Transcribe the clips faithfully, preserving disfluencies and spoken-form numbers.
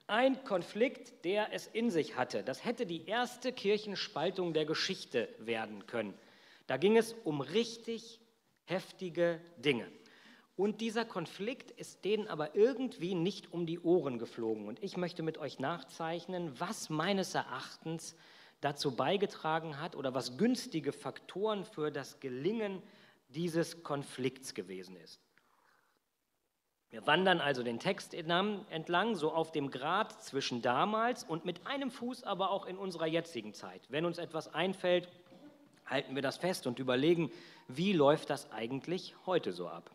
Ein Konflikt, der es in sich hatte. Das hätte die erste Kirchenspaltung der Geschichte werden können. Da ging es um richtig heftige Dinge. Und dieser Konflikt ist denen aber irgendwie nicht um die Ohren geflogen. Und ich möchte mit euch nachzeichnen, was meines Erachtens dazu beigetragen hat oder was günstige Faktoren für das Gelingen dieses Konflikts gewesen ist. Wir wandern also den Text entlang, so auf dem Grat zwischen damals und mit einem Fuß aber auch in unserer jetzigen Zeit. Wenn uns etwas einfällt, halten wir das fest und überlegen, wie läuft das eigentlich heute so ab?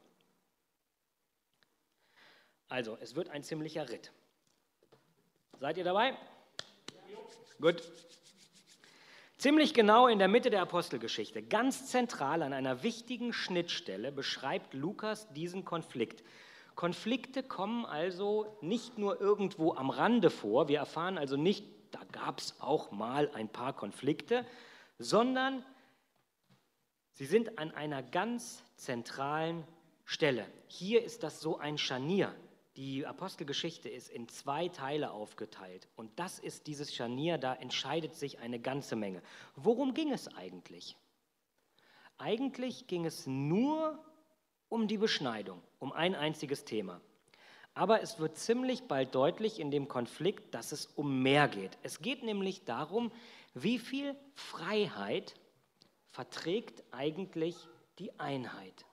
Also, es wird ein ziemlicher Ritt. Seid ihr dabei? Ja. Gut. Ziemlich genau in der Mitte der Apostelgeschichte, ganz zentral an einer wichtigen Schnittstelle, beschreibt Lukas diesen Konflikt. Konflikte kommen also nicht nur irgendwo am Rande vor, wir erfahren also nicht, da gab es auch mal ein paar Konflikte, sondern sie sind an einer ganz zentralen Stelle. Hier ist das so ein Scharnier. Die Apostelgeschichte ist in zwei Teile aufgeteilt und das ist dieses Scharnier, da entscheidet sich eine ganze Menge. Worum ging es eigentlich? Eigentlich ging es nur um die Beschneidung, um ein einziges Thema. Aber es wird ziemlich bald deutlich in dem Konflikt, dass es um mehr geht. Es geht nämlich darum, wie viel Freiheit verträgt eigentlich die Einheit?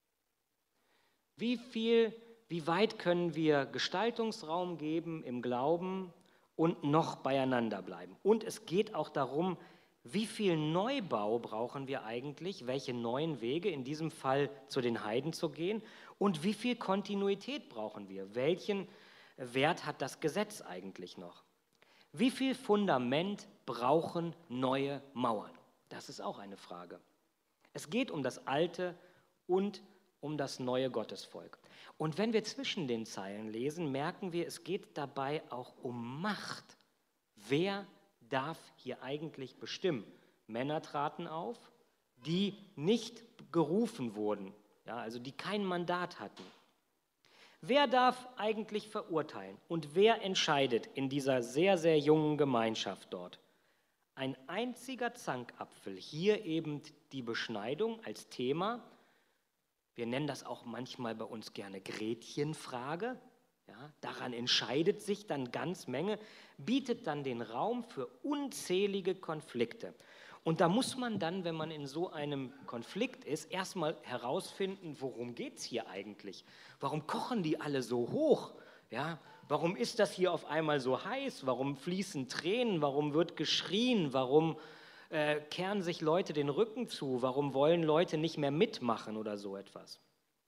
Wie viel, wie weit können wir Gestaltungsraum geben im Glauben und noch beieinander bleiben? Und es geht auch darum, wie viel Neubau brauchen wir eigentlich, welche neuen Wege, in diesem Fall zu den Heiden zu gehen, und wie viel Kontinuität brauchen wir? Welchen Wert hat das Gesetz eigentlich noch? Wie viel Fundament brauchen neue Mauern? Das ist auch eine Frage. Es geht um das alte und um das neue Gottesvolk. Und wenn wir zwischen den Zeilen lesen, merken wir, es geht dabei auch um Macht. Wer darf hier eigentlich bestimmen? Männer traten auf, die nicht gerufen wurden, ja, also die kein Mandat hatten. Wer darf eigentlich verurteilen und wer entscheidet in dieser sehr, sehr jungen Gemeinschaft dort? Ein einziger Zankapfel, hier eben die Beschneidung als Thema. Wir nennen das auch manchmal bei uns gerne Gretchenfrage. Ja, daran entscheidet sich dann ganz Menge, bietet dann den Raum für unzählige Konflikte. Und da muss man dann, wenn man in so einem Konflikt ist, erstmal herausfinden, worum geht es hier eigentlich? Warum kochen die alle so hoch? Ja, warum ist das hier auf einmal so heiß? Warum fließen Tränen? Warum wird geschrien? Warum äh, kehren sich Leute den Rücken zu? Warum wollen Leute nicht mehr mitmachen oder so etwas?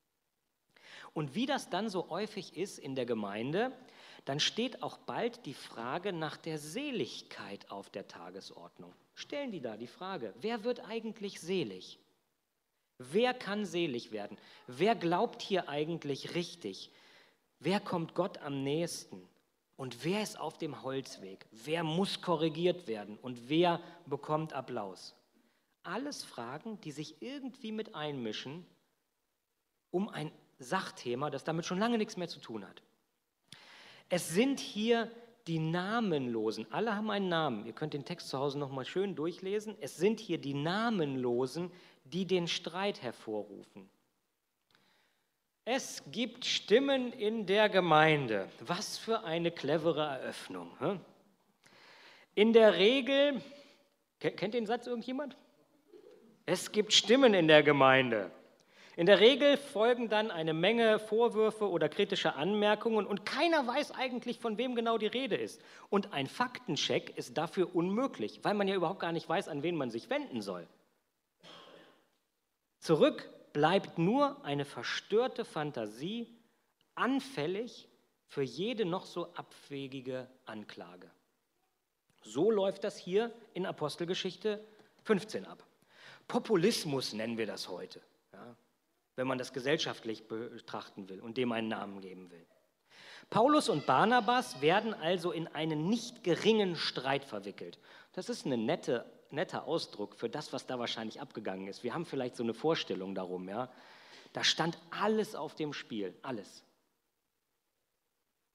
Und wie das dann so häufig ist in der Gemeinde, dann steht auch bald die Frage nach der Seligkeit auf der Tagesordnung. Stellen die da die Frage, wer wird eigentlich selig? Wer kann selig werden? Wer glaubt hier eigentlich richtig? Wer kommt Gott am nächsten? Und wer ist auf dem Holzweg? Wer muss korrigiert werden? Und wer bekommt Applaus? Alles Fragen, die sich irgendwie mit einmischen, um ein Sachthema, das damit schon lange nichts mehr zu tun hat. Es sind hier die Namenlosen, alle haben einen Namen, ihr könnt den Text zu Hause nochmal schön durchlesen, es sind hier die Namenlosen, die den Streit hervorrufen. Es gibt Stimmen in der Gemeinde, was für eine clevere Eröffnung. Hm? In der Regel, kennt den Satz irgendjemand? Es gibt Stimmen in der Gemeinde. In der Regel folgen dann eine Menge Vorwürfe oder kritische Anmerkungen und keiner weiß eigentlich, von wem genau die Rede ist. Und ein Faktencheck ist dafür unmöglich, weil man ja überhaupt gar nicht weiß, an wen man sich wenden soll. Zurück bleibt nur eine verstörte Fantasie, anfällig für jede noch so abwegige Anklage. So läuft das hier in Apostelgeschichte fünfzehn ab. Populismus nennen wir das heute. Ja, wenn man das gesellschaftlich betrachten will und dem einen Namen geben will. Paulus und Barnabas werden also in einen nicht geringen Streit verwickelt. Das ist ein nette, netter Ausdruck für das, was da wahrscheinlich abgegangen ist. Wir haben vielleicht so eine Vorstellung darum. Ja? Da stand alles auf dem Spiel, alles.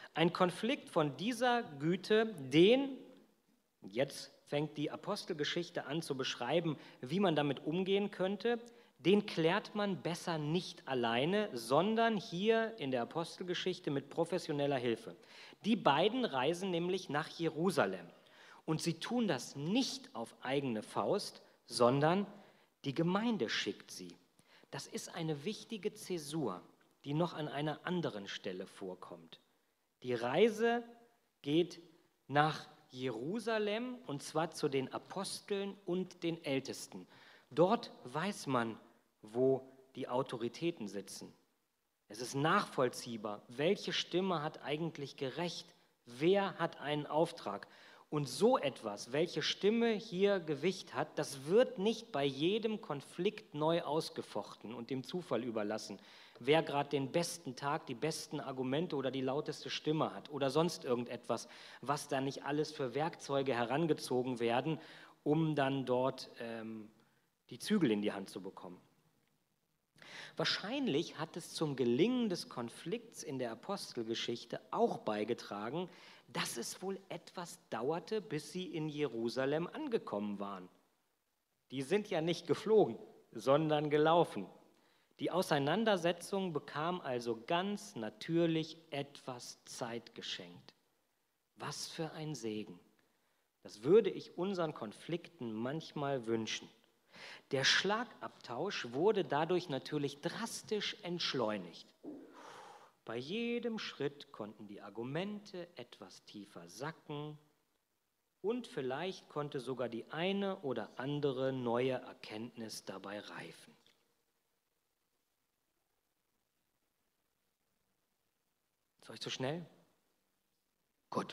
Ein Konflikt von dieser Güte, den, jetzt fängt die Apostelgeschichte an zu beschreiben, wie man damit umgehen könnte, den klärt man besser nicht alleine, sondern hier in der Apostelgeschichte mit professioneller Hilfe. Die beiden reisen nämlich nach Jerusalem und sie tun das nicht auf eigene Faust, sondern die Gemeinde schickt sie. Das ist eine wichtige Zäsur, die noch an einer anderen Stelle vorkommt. Die Reise geht nach Jerusalem und zwar zu den Aposteln und den Ältesten. Dort weiß man, wo die Autoritäten sitzen. Es ist nachvollziehbar, welche Stimme hat eigentlich gerecht, wer hat einen Auftrag. Und so etwas, welche Stimme hier Gewicht hat, das wird nicht bei jedem Konflikt neu ausgefochten und dem Zufall überlassen, wer gerade den besten Tag, die besten Argumente oder die lauteste Stimme hat oder sonst irgendetwas, was da nicht alles für Werkzeuge herangezogen werden, um dann dort ähm, die Zügel in die Hand zu bekommen. Wahrscheinlich hat es zum Gelingen des Konflikts in der Apostelgeschichte auch beigetragen, dass es wohl etwas dauerte, bis sie in Jerusalem angekommen waren. Die sind ja nicht geflogen, sondern gelaufen. Die Auseinandersetzung bekam also ganz natürlich etwas Zeit geschenkt. Was für ein Segen. Das würde ich unseren Konflikten manchmal wünschen. Der Schlagabtausch wurde dadurch natürlich drastisch entschleunigt. Bei jedem Schritt konnten die Argumente etwas tiefer sacken und vielleicht konnte sogar die eine oder andere neue Erkenntnis dabei reifen. Soll ich zu schnell? Gut.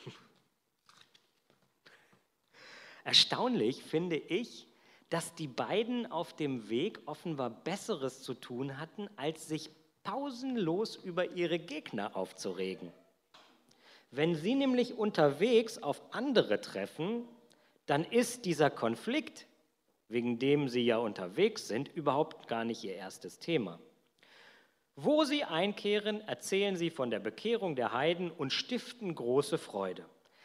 Erstaunlich finde ich, dass die beiden auf dem Weg offenbar Besseres zu tun hatten, als sich pausenlos über ihre Gegner aufzuregen. Wenn sie nämlich unterwegs auf andere treffen, dann ist dieser Konflikt, wegen dem sie ja unterwegs sind, überhaupt gar nicht ihr erstes Thema. Wo sie einkehren, erzählen sie von der Bekehrung der Heiden und stiften große Freude.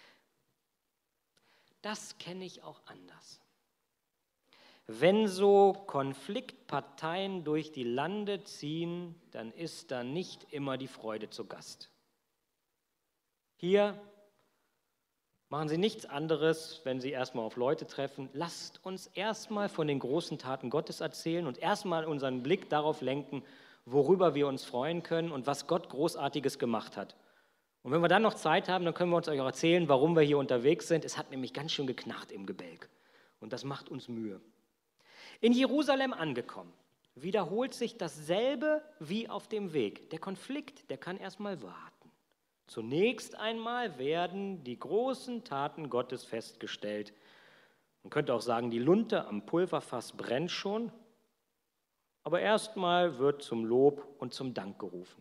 Das kenne ich auch anders. Wenn so Konfliktparteien durch die Lande ziehen, dann ist da nicht immer die Freude zu Gast. Hier machen Sie nichts anderes, wenn Sie erstmal auf Leute treffen. Lasst uns erstmal von den großen Taten Gottes erzählen und erstmal unseren Blick darauf lenken, worüber wir uns freuen können und was Gott Großartiges gemacht hat. Und wenn wir dann noch Zeit haben, dann können wir uns euch auch erzählen, warum wir hier unterwegs sind. Es hat nämlich ganz schön geknarrt im Gebälk und das macht uns Mühe. In Jerusalem angekommen, wiederholt sich dasselbe wie auf dem Weg. Der Konflikt, der kann erstmal warten. Zunächst einmal werden die großen Taten Gottes festgestellt. Man könnte auch sagen, die Lunte am Pulverfass brennt schon, aber erstmal wird zum Lob und zum Dank gerufen.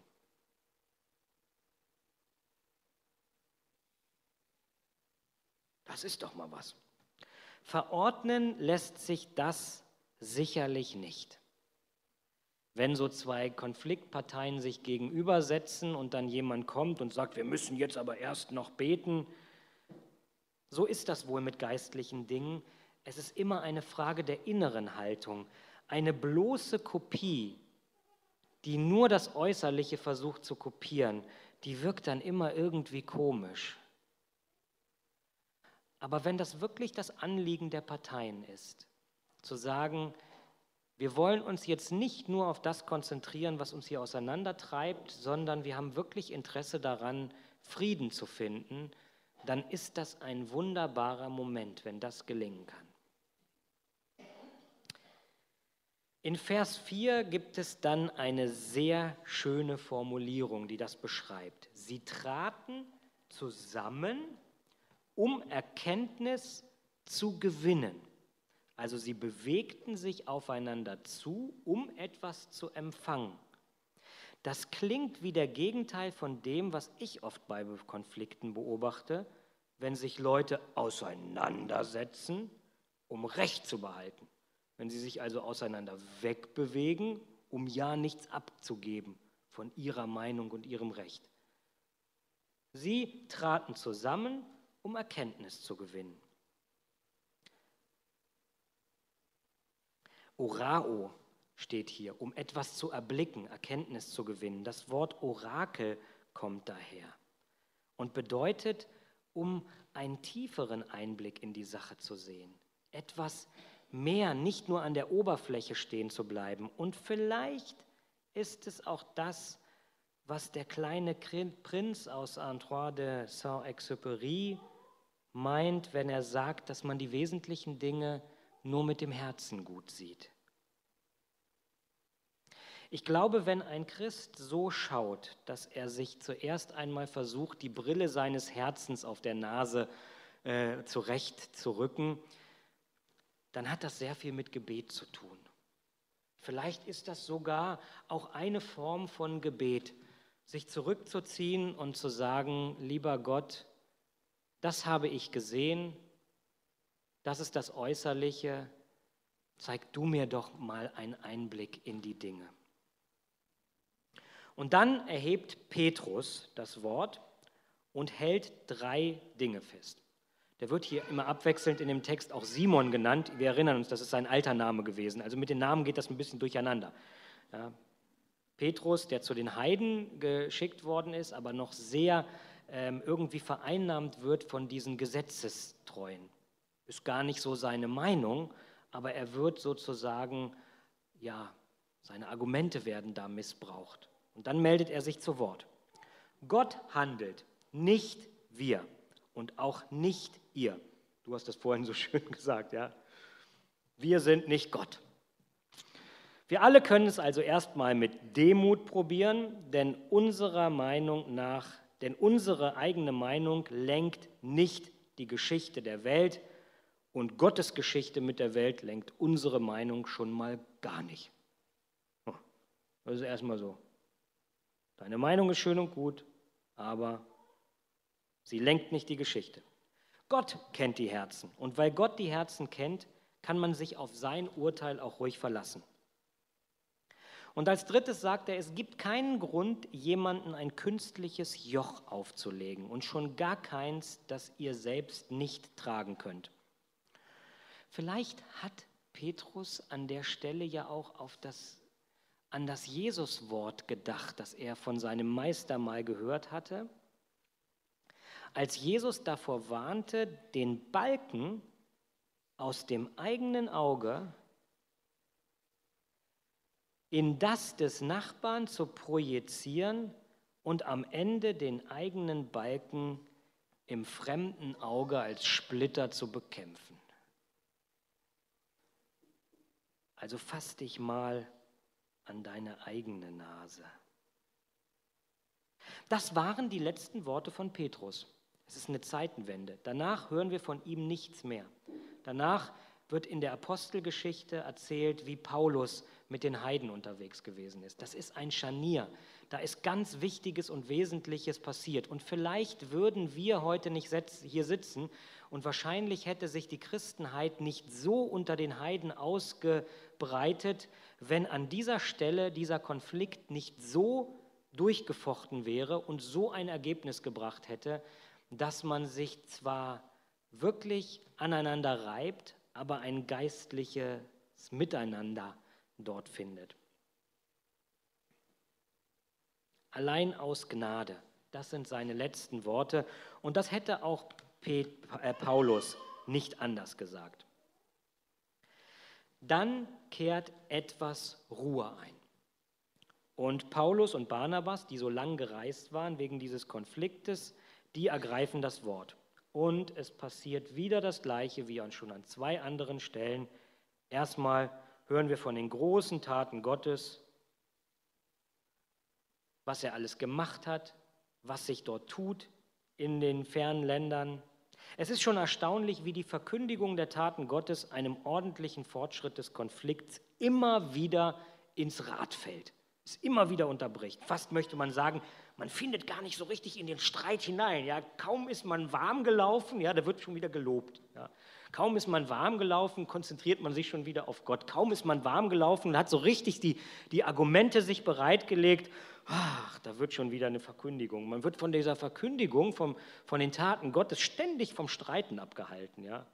Das ist doch mal was. Verordnen lässt sich das sicherlich nicht. Wenn so zwei Konfliktparteien sich gegenübersetzen und dann jemand kommt und sagt, wir müssen jetzt aber erst noch beten, so ist das wohl mit geistlichen Dingen. Es ist immer eine Frage der inneren Haltung. Eine bloße Kopie, die nur das Äußerliche versucht zu kopieren, die wirkt dann immer irgendwie komisch. Aber wenn das wirklich das Anliegen der Parteien ist, zu sagen, wir wollen uns jetzt nicht nur auf das konzentrieren, was uns hier auseinandertreibt, sondern wir haben wirklich Interesse daran, Frieden zu finden, dann ist das ein wunderbarer Moment, wenn das gelingen kann. In Vers vier gibt es dann eine sehr schöne Formulierung, die das beschreibt. Sie traten zusammen, um Erkenntnis zu gewinnen. Also sie bewegten sich aufeinander zu, um etwas zu empfangen. Das klingt wie der Gegenteil von dem, was ich oft bei Konflikten beobachte, wenn sich Leute auseinandersetzen, um Recht zu behalten. Wenn sie sich also auseinander wegbewegen, um ja nichts abzugeben von ihrer Meinung und ihrem Recht. Sie traten zusammen, um Erkenntnis zu gewinnen. Orao steht hier, um etwas zu erblicken, Erkenntnis zu gewinnen. Das Wort Orakel kommt daher und bedeutet, um einen tieferen Einblick in die Sache zu sehen. Etwas mehr, nicht nur an der Oberfläche stehen zu bleiben. Und vielleicht ist es auch das, was der kleine Prinz aus Antoine de Saint-Exupéry meint, wenn er sagt, dass man die wesentlichen Dinge nur mit dem Herzen gut sieht. Ich glaube, wenn ein Christ so schaut, dass er sich zuerst einmal versucht, die Brille seines Herzens auf der Nase äh, zurechtzurücken, dann hat das sehr viel mit Gebet zu tun. Vielleicht ist das sogar auch eine Form von Gebet, sich zurückzuziehen und zu sagen, lieber Gott, das habe ich gesehen, das ist das Äußerliche, zeig du mir doch mal einen Einblick in die Dinge. Und dann erhebt Petrus das Wort und hält drei Dinge fest. Der wird hier immer abwechselnd in dem Text auch Simon genannt. Wir erinnern uns, das ist sein alter Name gewesen. Also mit den Namen geht das ein bisschen durcheinander. Ja. Petrus, der zu den Heiden geschickt worden ist, aber noch sehr ähm, irgendwie vereinnahmt wird von diesen Gesetzestreuen. Ist gar nicht so seine Meinung, aber er wird sozusagen, ja, seine Argumente werden da missbraucht. Und dann meldet er sich zu Wort. Gott handelt, nicht wir und auch nicht ihr. Du hast das vorhin so schön gesagt, ja. Wir sind nicht Gott. Wir alle können es also erstmal mit Demut probieren, denn unserer Meinung nach, denn unsere eigene Meinung lenkt nicht die Geschichte der Welt und Gottes Geschichte mit der Welt lenkt unsere Meinung schon mal gar nicht. Das ist erstmal so. Deine Meinung ist schön und gut, aber sie lenkt nicht die Geschichte. Gott kennt die Herzen und weil Gott die Herzen kennt, kann man sich auf sein Urteil auch ruhig verlassen. Und als drittes sagt er, es gibt keinen Grund, jemandem ein künstliches Joch aufzulegen und schon gar keins, das ihr selbst nicht tragen könnt. Vielleicht hat Petrus an der Stelle ja auch auf das, an das Jesus-Wort gedacht, das er von seinem Meister mal gehört hatte. Als Jesus davor warnte, den Balken aus dem eigenen Auge in das des Nachbarn zu projizieren und am Ende den eigenen Balken im fremden Auge als Splitter zu bekämpfen. Also fass dich mal an deine eigene Nase. Das waren die letzten Worte von Petrus. Es ist eine Zeitenwende. Danach hören wir von ihm nichts mehr. Danach wird in der Apostelgeschichte erzählt, wie Paulus mit den Heiden unterwegs gewesen ist. Das ist ein Scharnier. Da ist ganz Wichtiges und Wesentliches passiert. Und vielleicht würden wir heute nicht hier sitzen und wahrscheinlich hätte sich die Christenheit nicht so unter den Heiden ausgebreitet, wenn an dieser Stelle dieser Konflikt nicht so durchgefochten wäre und so ein Ergebnis gebracht hätte, dass man sich zwar wirklich aneinander reibt, aber ein geistliches Miteinander dort findet. Allein aus Gnade, das sind seine letzten Worte und das hätte auch Paulus nicht anders gesagt. Dann kehrt etwas Ruhe ein. Und Paulus und Barnabas, die so lang gereist waren wegen dieses Konfliktes, die ergreifen das Wort. Und es passiert wieder das Gleiche wie schon an zwei anderen Stellen. Erstmal hören wir von den großen Taten Gottes, was er alles gemacht hat, was sich dort tut in den fernen Ländern. Es ist schon erstaunlich, wie die Verkündigung der Taten Gottes einem ordentlichen Fortschritt des Konflikts immer wieder ins Rad fällt. Es immer wieder unterbricht. Fast möchte man sagen, man findet gar nicht so richtig in den Streit hinein. Ja, kaum ist man warm gelaufen, ja, da wird schon wieder gelobt. Ja. Kaum ist man warm gelaufen, konzentriert man sich schon wieder auf Gott. Kaum ist man warm gelaufen und hat so richtig die, die Argumente sich bereitgelegt. Ach, da wird schon wieder eine Verkündigung. Man wird von dieser Verkündigung, vom, von den Taten Gottes ständig vom Streiten abgehalten. Ja?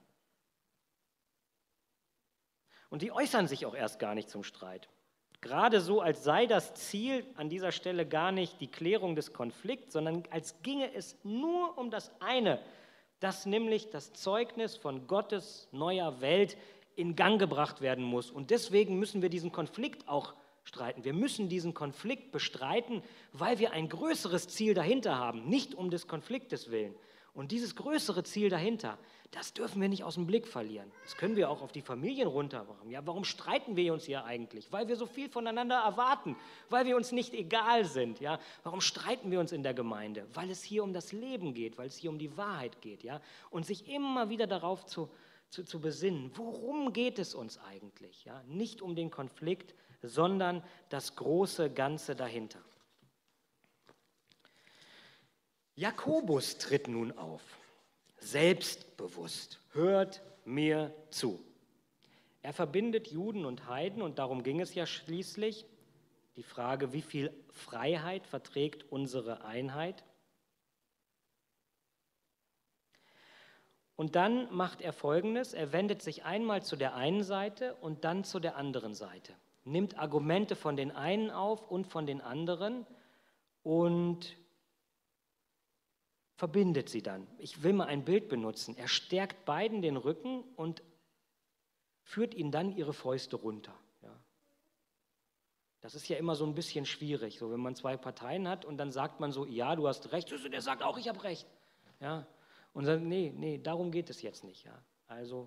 Und die äußern sich auch erst gar nicht zum Streit. Gerade so, als sei das Ziel an dieser Stelle gar nicht die Klärung des Konflikts, sondern als ginge es nur um das eine, dass nämlich das Zeugnis von Gottes neuer Welt in Gang gebracht werden muss. Und deswegen müssen wir diesen Konflikt auch streiten. Wir müssen diesen Konflikt bestreiten, weil wir ein größeres Ziel dahinter haben, nicht um des Konfliktes willen. Und dieses größere Ziel dahinter, das dürfen wir nicht aus dem Blick verlieren. Das können wir auch auf die Familien runtermachen. Ja, warum streiten wir uns hier eigentlich? Weil wir so viel voneinander erwarten, weil wir uns nicht egal sind. Ja? Warum streiten wir uns in der Gemeinde? Weil es hier um das Leben geht, weil es hier um die Wahrheit geht. Ja? Und sich immer wieder darauf zu, zu, zu besinnen, worum geht es uns eigentlich? Ja? Nicht um den Konflikt, sondern das große Ganze dahinter. Jakobus tritt nun auf, selbstbewusst, hört mir zu. Er verbindet Juden und Heiden und darum ging es ja schließlich. Die Frage, wie viel Freiheit verträgt unsere Einheit? Und dann macht er Folgendes, er wendet sich einmal zu der einen Seite und dann zu der anderen Seite, nimmt Argumente von den einen auf und von den anderen und verbindet sie dann. Ich will mal ein Bild benutzen. Er stärkt beiden den Rücken und führt ihnen dann ihre Fäuste runter. Ja. Das ist ja immer so ein bisschen schwierig, so wenn man zwei Parteien hat und dann sagt man so, ja, du hast recht, und der sagt auch, ich habe recht. Ja. Und dann, nee, nee, darum geht es jetzt nicht. Ja. Also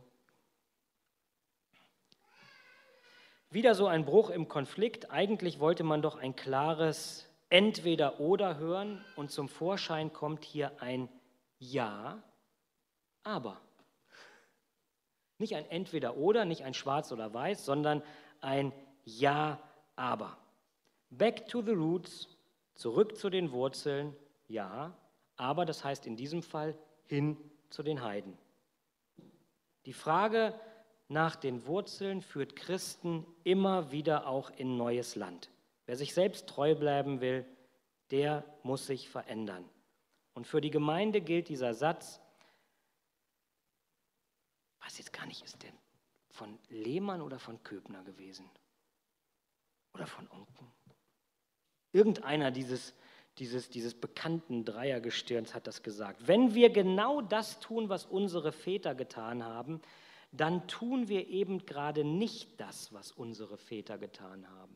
wieder so ein Bruch im Konflikt. Eigentlich wollte man doch ein klares Entweder oder hören und zum Vorschein kommt hier ein Ja, aber. Nicht ein Entweder oder, nicht ein Schwarz oder Weiß, sondern ein Ja, aber. Back to the roots, zurück zu den Wurzeln, ja, aber das heißt in diesem Fall hin zu den Heiden. Die Frage nach den Wurzeln führt Christen immer wieder auch in neues Land. Wer sich selbst treu bleiben will, der muss sich verändern. Und für die Gemeinde gilt dieser Satz, ich weiß jetzt gar nicht, ist der von Lehmann oder von Köbner gewesen? Oder von Onken? Irgendeiner dieses, dieses, dieses bekannten Dreiergestirns hat das gesagt. Wenn wir genau das tun, was unsere Väter getan haben, dann tun wir eben gerade nicht das, was unsere Väter getan haben.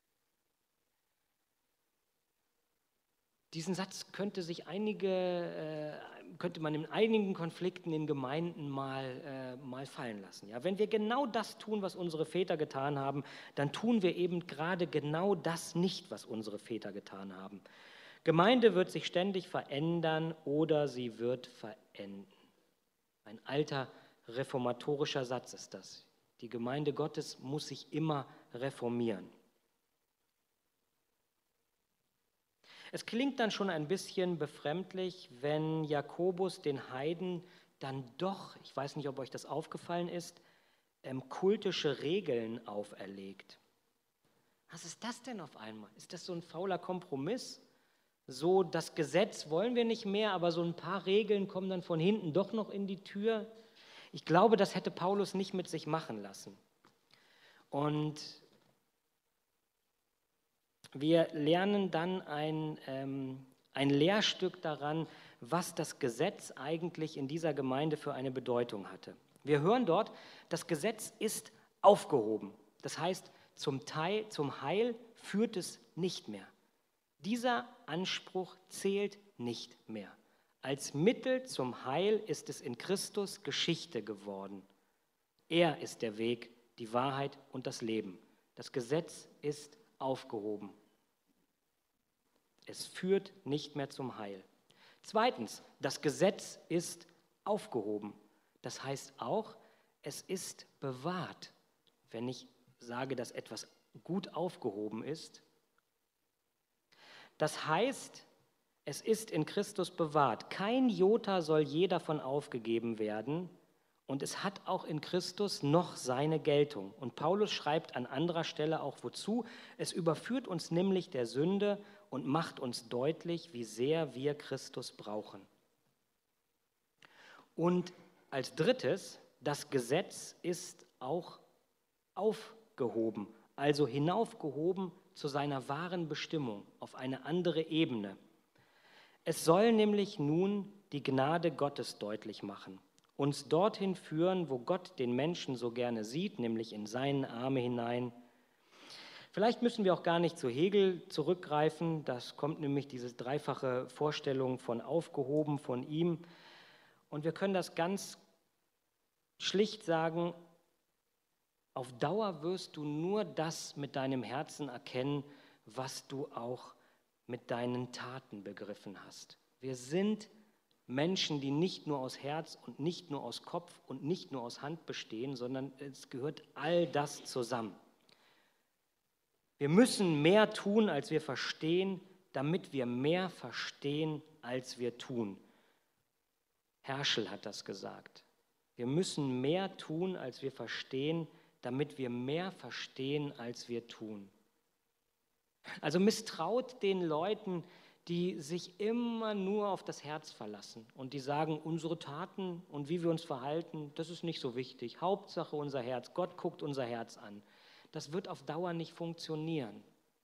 Diesen Satz könnte sich einige, äh, könnte man in einigen Konflikten in Gemeinden mal, äh, mal fallen lassen. Ja? Wenn wir genau das tun, was unsere Väter getan haben, dann tun wir eben gerade genau das nicht, was unsere Väter getan haben. Gemeinde wird sich ständig verändern oder sie wird verenden. Ein alter reformatorischer Satz ist das. Die Gemeinde Gottes muss sich immer reformieren. Es klingt dann schon ein bisschen befremdlich, wenn Jakobus den Heiden dann doch, ich weiß nicht, ob euch das aufgefallen ist, ähm, kultische Regeln auferlegt. Was ist das denn auf einmal? Ist das so ein fauler Kompromiss? So, das Gesetz wollen wir nicht mehr, aber so ein paar Regeln kommen dann von hinten doch noch in die Tür. Ich glaube, das hätte Paulus nicht mit sich machen lassen. Und wir lernen dann ein, ähm, ein Lehrstück daran, was das Gesetz eigentlich in dieser Gemeinde für eine Bedeutung hatte. Wir hören dort, das Gesetz ist aufgehoben. Das heißt, zum Teil, zum Heil führt es nicht mehr. Dieser Anspruch zählt nicht mehr. Als Mittel zum Heil ist es in Christus Geschichte geworden. Er ist der Weg, die Wahrheit und das Leben. Das Gesetz ist aufgehoben. Es führt nicht mehr zum Heil. Zweitens, das Gesetz ist aufgehoben. Das heißt auch, es ist bewahrt. Wenn ich sage, dass etwas gut aufgehoben ist, das heißt, es ist in Christus bewahrt. Kein Jota soll je davon aufgegeben werden Und es hat auch in Christus noch seine Geltung. Und Paulus schreibt an anderer Stelle auch wozu: Es überführt uns nämlich der Sünde und macht uns deutlich, wie sehr wir Christus brauchen. Und als drittes, das Gesetz ist auch aufgehoben, also hinaufgehoben zu seiner wahren Bestimmung, auf eine andere Ebene. Es soll nämlich nun die Gnade Gottes deutlich machen, uns dorthin führen, wo Gott den Menschen so gerne sieht, nämlich in seinen Arme hinein. Vielleicht müssen wir auch gar nicht zu Hegel zurückgreifen, das kommt nämlich diese dreifache Vorstellung von aufgehoben von ihm. Und wir können das ganz schlicht sagen: Auf Dauer wirst du nur das mit deinem Herzen erkennen, was du auch mit deinen Taten begriffen hast. Wir sind Menschen, die nicht nur aus Herz und nicht nur aus Kopf und nicht nur aus Hand bestehen, sondern es gehört all das zusammen. Wir müssen mehr tun, als wir verstehen, damit wir mehr verstehen, als wir tun. Herschel hat das gesagt. Wir müssen mehr tun, als wir verstehen, damit wir mehr verstehen, als wir tun. Also misstraut den Leuten, die sich immer nur auf das Herz verlassen und die sagen, unsere Taten und wie wir uns verhalten, das ist nicht so wichtig. Hauptsache unser Herz. Gott guckt unser Herz an. Das wird auf Dauer nicht funktionieren.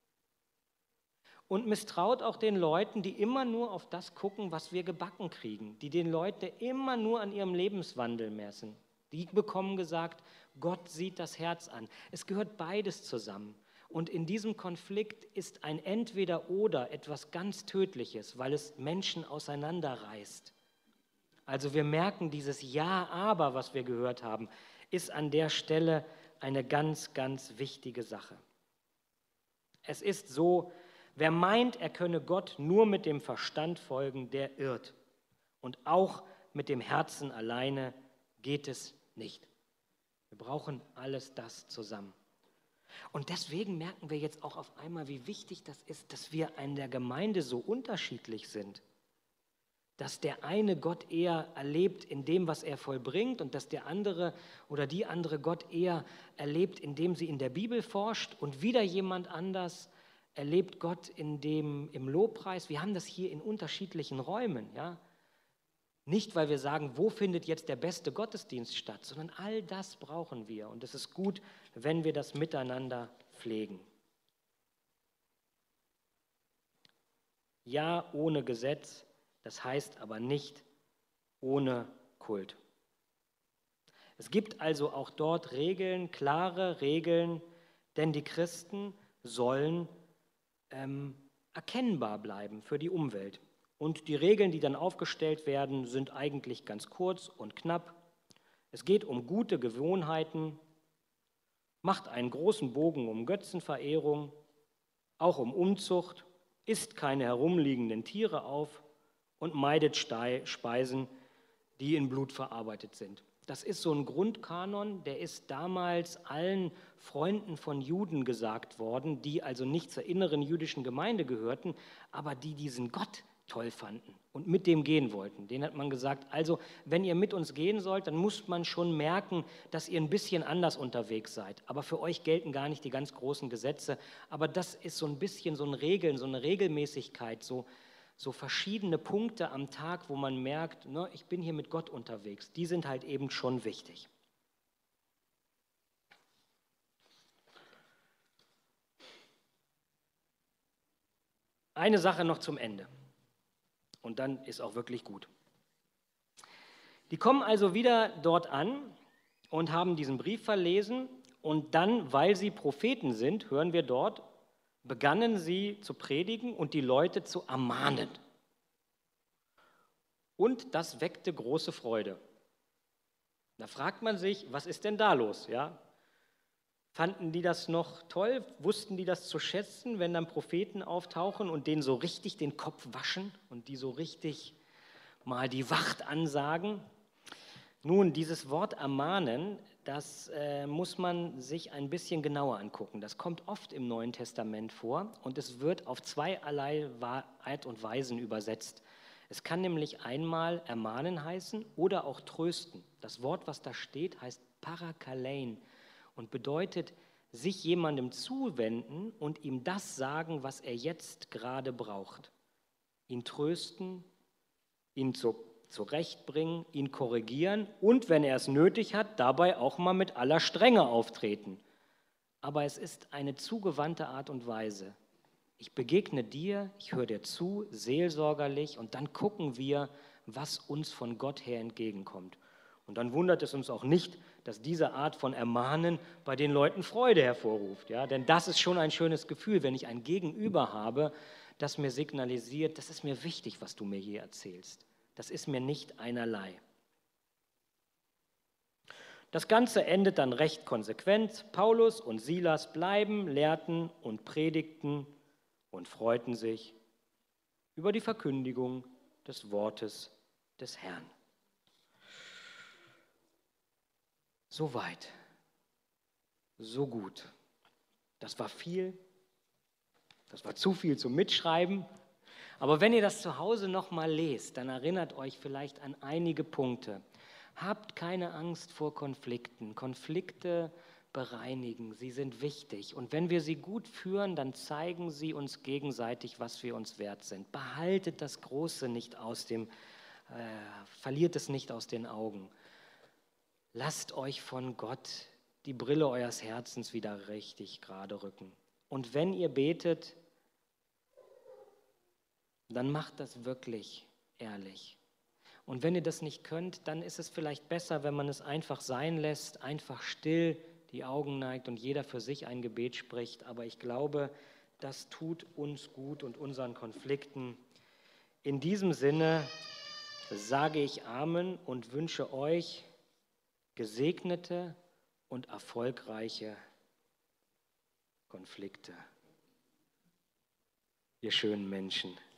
Und misstraut auch den Leuten, die immer nur auf das gucken, was wir gebacken kriegen, die den Leuten immer nur an ihrem Lebenswandel messen. Die bekommen gesagt, Gott sieht das Herz an. Es gehört beides zusammen. Und in diesem Konflikt ist ein Entweder-Oder etwas ganz Tödliches, weil es Menschen auseinanderreißt. Also wir merken, dieses Ja, aber, was wir gehört haben, ist an der Stelle eine ganz, ganz wichtige Sache. Es ist so, wer meint, er könne Gott nur mit dem Verstand folgen, der irrt. Und auch mit dem Herzen alleine geht es nicht. Wir brauchen alles das zusammen. Und deswegen merken wir jetzt auch auf einmal, wie wichtig das ist, dass wir in der Gemeinde so unterschiedlich sind. Dass der eine Gott eher erlebt in dem, was er vollbringt, und dass der andere oder die andere Gott eher erlebt, indem sie in der Bibel forscht, und wieder jemand anders erlebt Gott in dem, im Lobpreis. Wir haben das hier in unterschiedlichen Räumen, ja. Nicht, weil wir sagen, wo findet jetzt der beste Gottesdienst statt, sondern all das brauchen wir. Und es ist gut, wenn wir das miteinander pflegen. Ja, ohne Gesetz, das heißt aber nicht ohne Kult. Es gibt also auch dort Regeln, klare Regeln, denn die Christen sollen ähm, erkennbar bleiben für die Umwelt. Und die Regeln, die dann aufgestellt werden, sind eigentlich ganz kurz und knapp. Es geht um gute Gewohnheiten, macht einen großen Bogen um Götzenverehrung, auch um Unzucht, isst keine herumliegenden Tiere auf und meidet Speisen, die in Blut verarbeitet sind. Das ist so ein Grundkanon, der ist damals allen Freunden von Juden gesagt worden, die also nicht zur inneren jüdischen Gemeinde gehörten, aber die diesen Gott toll fanden und mit dem gehen wollten. Denen hat man gesagt, also wenn ihr mit uns gehen sollt, dann muss man schon merken, dass ihr ein bisschen anders unterwegs seid. Aber für euch gelten gar nicht die ganz großen Gesetze. Aber das ist so ein bisschen so ein Regeln, so eine Regelmäßigkeit, so, so verschiedene Punkte am Tag, wo man merkt, ne, ich bin hier mit Gott unterwegs. Die sind halt eben schon wichtig. Eine Sache noch zum Ende. Und dann ist auch wirklich gut. Die kommen also wieder dort an und haben diesen Brief verlesen. Und dann, weil sie Propheten sind, hören wir dort, begannen sie zu predigen und die Leute zu ermahnen. Und das weckte große Freude. Da fragt man sich, was ist denn da los? Ja? Fanden die das noch toll? Wussten die das zu schätzen, wenn dann Propheten auftauchen und denen so richtig den Kopf waschen und die so richtig mal die Wacht ansagen? Nun, dieses Wort ermahnen, das äh, muss man sich ein bisschen genauer angucken. Das kommt oft im Neuen Testament vor und es wird auf zweierlei Art und Weisen übersetzt. Es kann nämlich einmal ermahnen heißen oder auch trösten. Das Wort, was da steht, heißt parakalein und bedeutet, sich jemandem zuwenden und ihm das sagen, was er jetzt gerade braucht. Ihn trösten, ihn zu, zurechtbringen, ihn korrigieren und, wenn er es nötig hat, dabei auch mal mit aller Strenge auftreten. Aber es ist eine zugewandte Art und Weise. Ich begegne dir, ich höre dir zu, seelsorgerlich, und dann gucken wir, was uns von Gott her entgegenkommt. Und dann wundert es uns auch nicht, dass diese Art von Ermahnen bei den Leuten Freude hervorruft. Ja? Denn das ist schon ein schönes Gefühl, wenn ich ein Gegenüber habe, das mir signalisiert, das ist mir wichtig, was du mir hier erzählst. Das ist mir nicht einerlei. Das Ganze endet dann recht konsequent. Paulus und Silas bleiben, lehrten und predigten und freuten sich über die Verkündigung des Wortes des Herrn. So weit, so gut. Das war viel, das war zu viel zum Mitschreiben. Aber wenn ihr das zu Hause nochmal lest, dann erinnert euch vielleicht an einige Punkte. Habt keine Angst vor Konflikten. Konflikte bereinigen, sie sind wichtig. Und wenn wir sie gut führen, dann zeigen sie uns gegenseitig, was wir uns wert sind. Behaltet das Große nicht aus dem, äh, verliert es nicht aus den Augen. Lasst euch von Gott die Brille eures Herzens wieder richtig gerade rücken. Und wenn ihr betet, dann macht das wirklich ehrlich. Und wenn ihr das nicht könnt, dann ist es vielleicht besser, wenn man es einfach sein lässt, einfach still die Augen neigt und jeder für sich ein Gebet spricht. Aber ich glaube, das tut uns gut und unseren Konflikten. In diesem Sinne sage ich Amen und wünsche euch gesegnete und erfolgreiche Konflikte. Ihr schönen Menschen.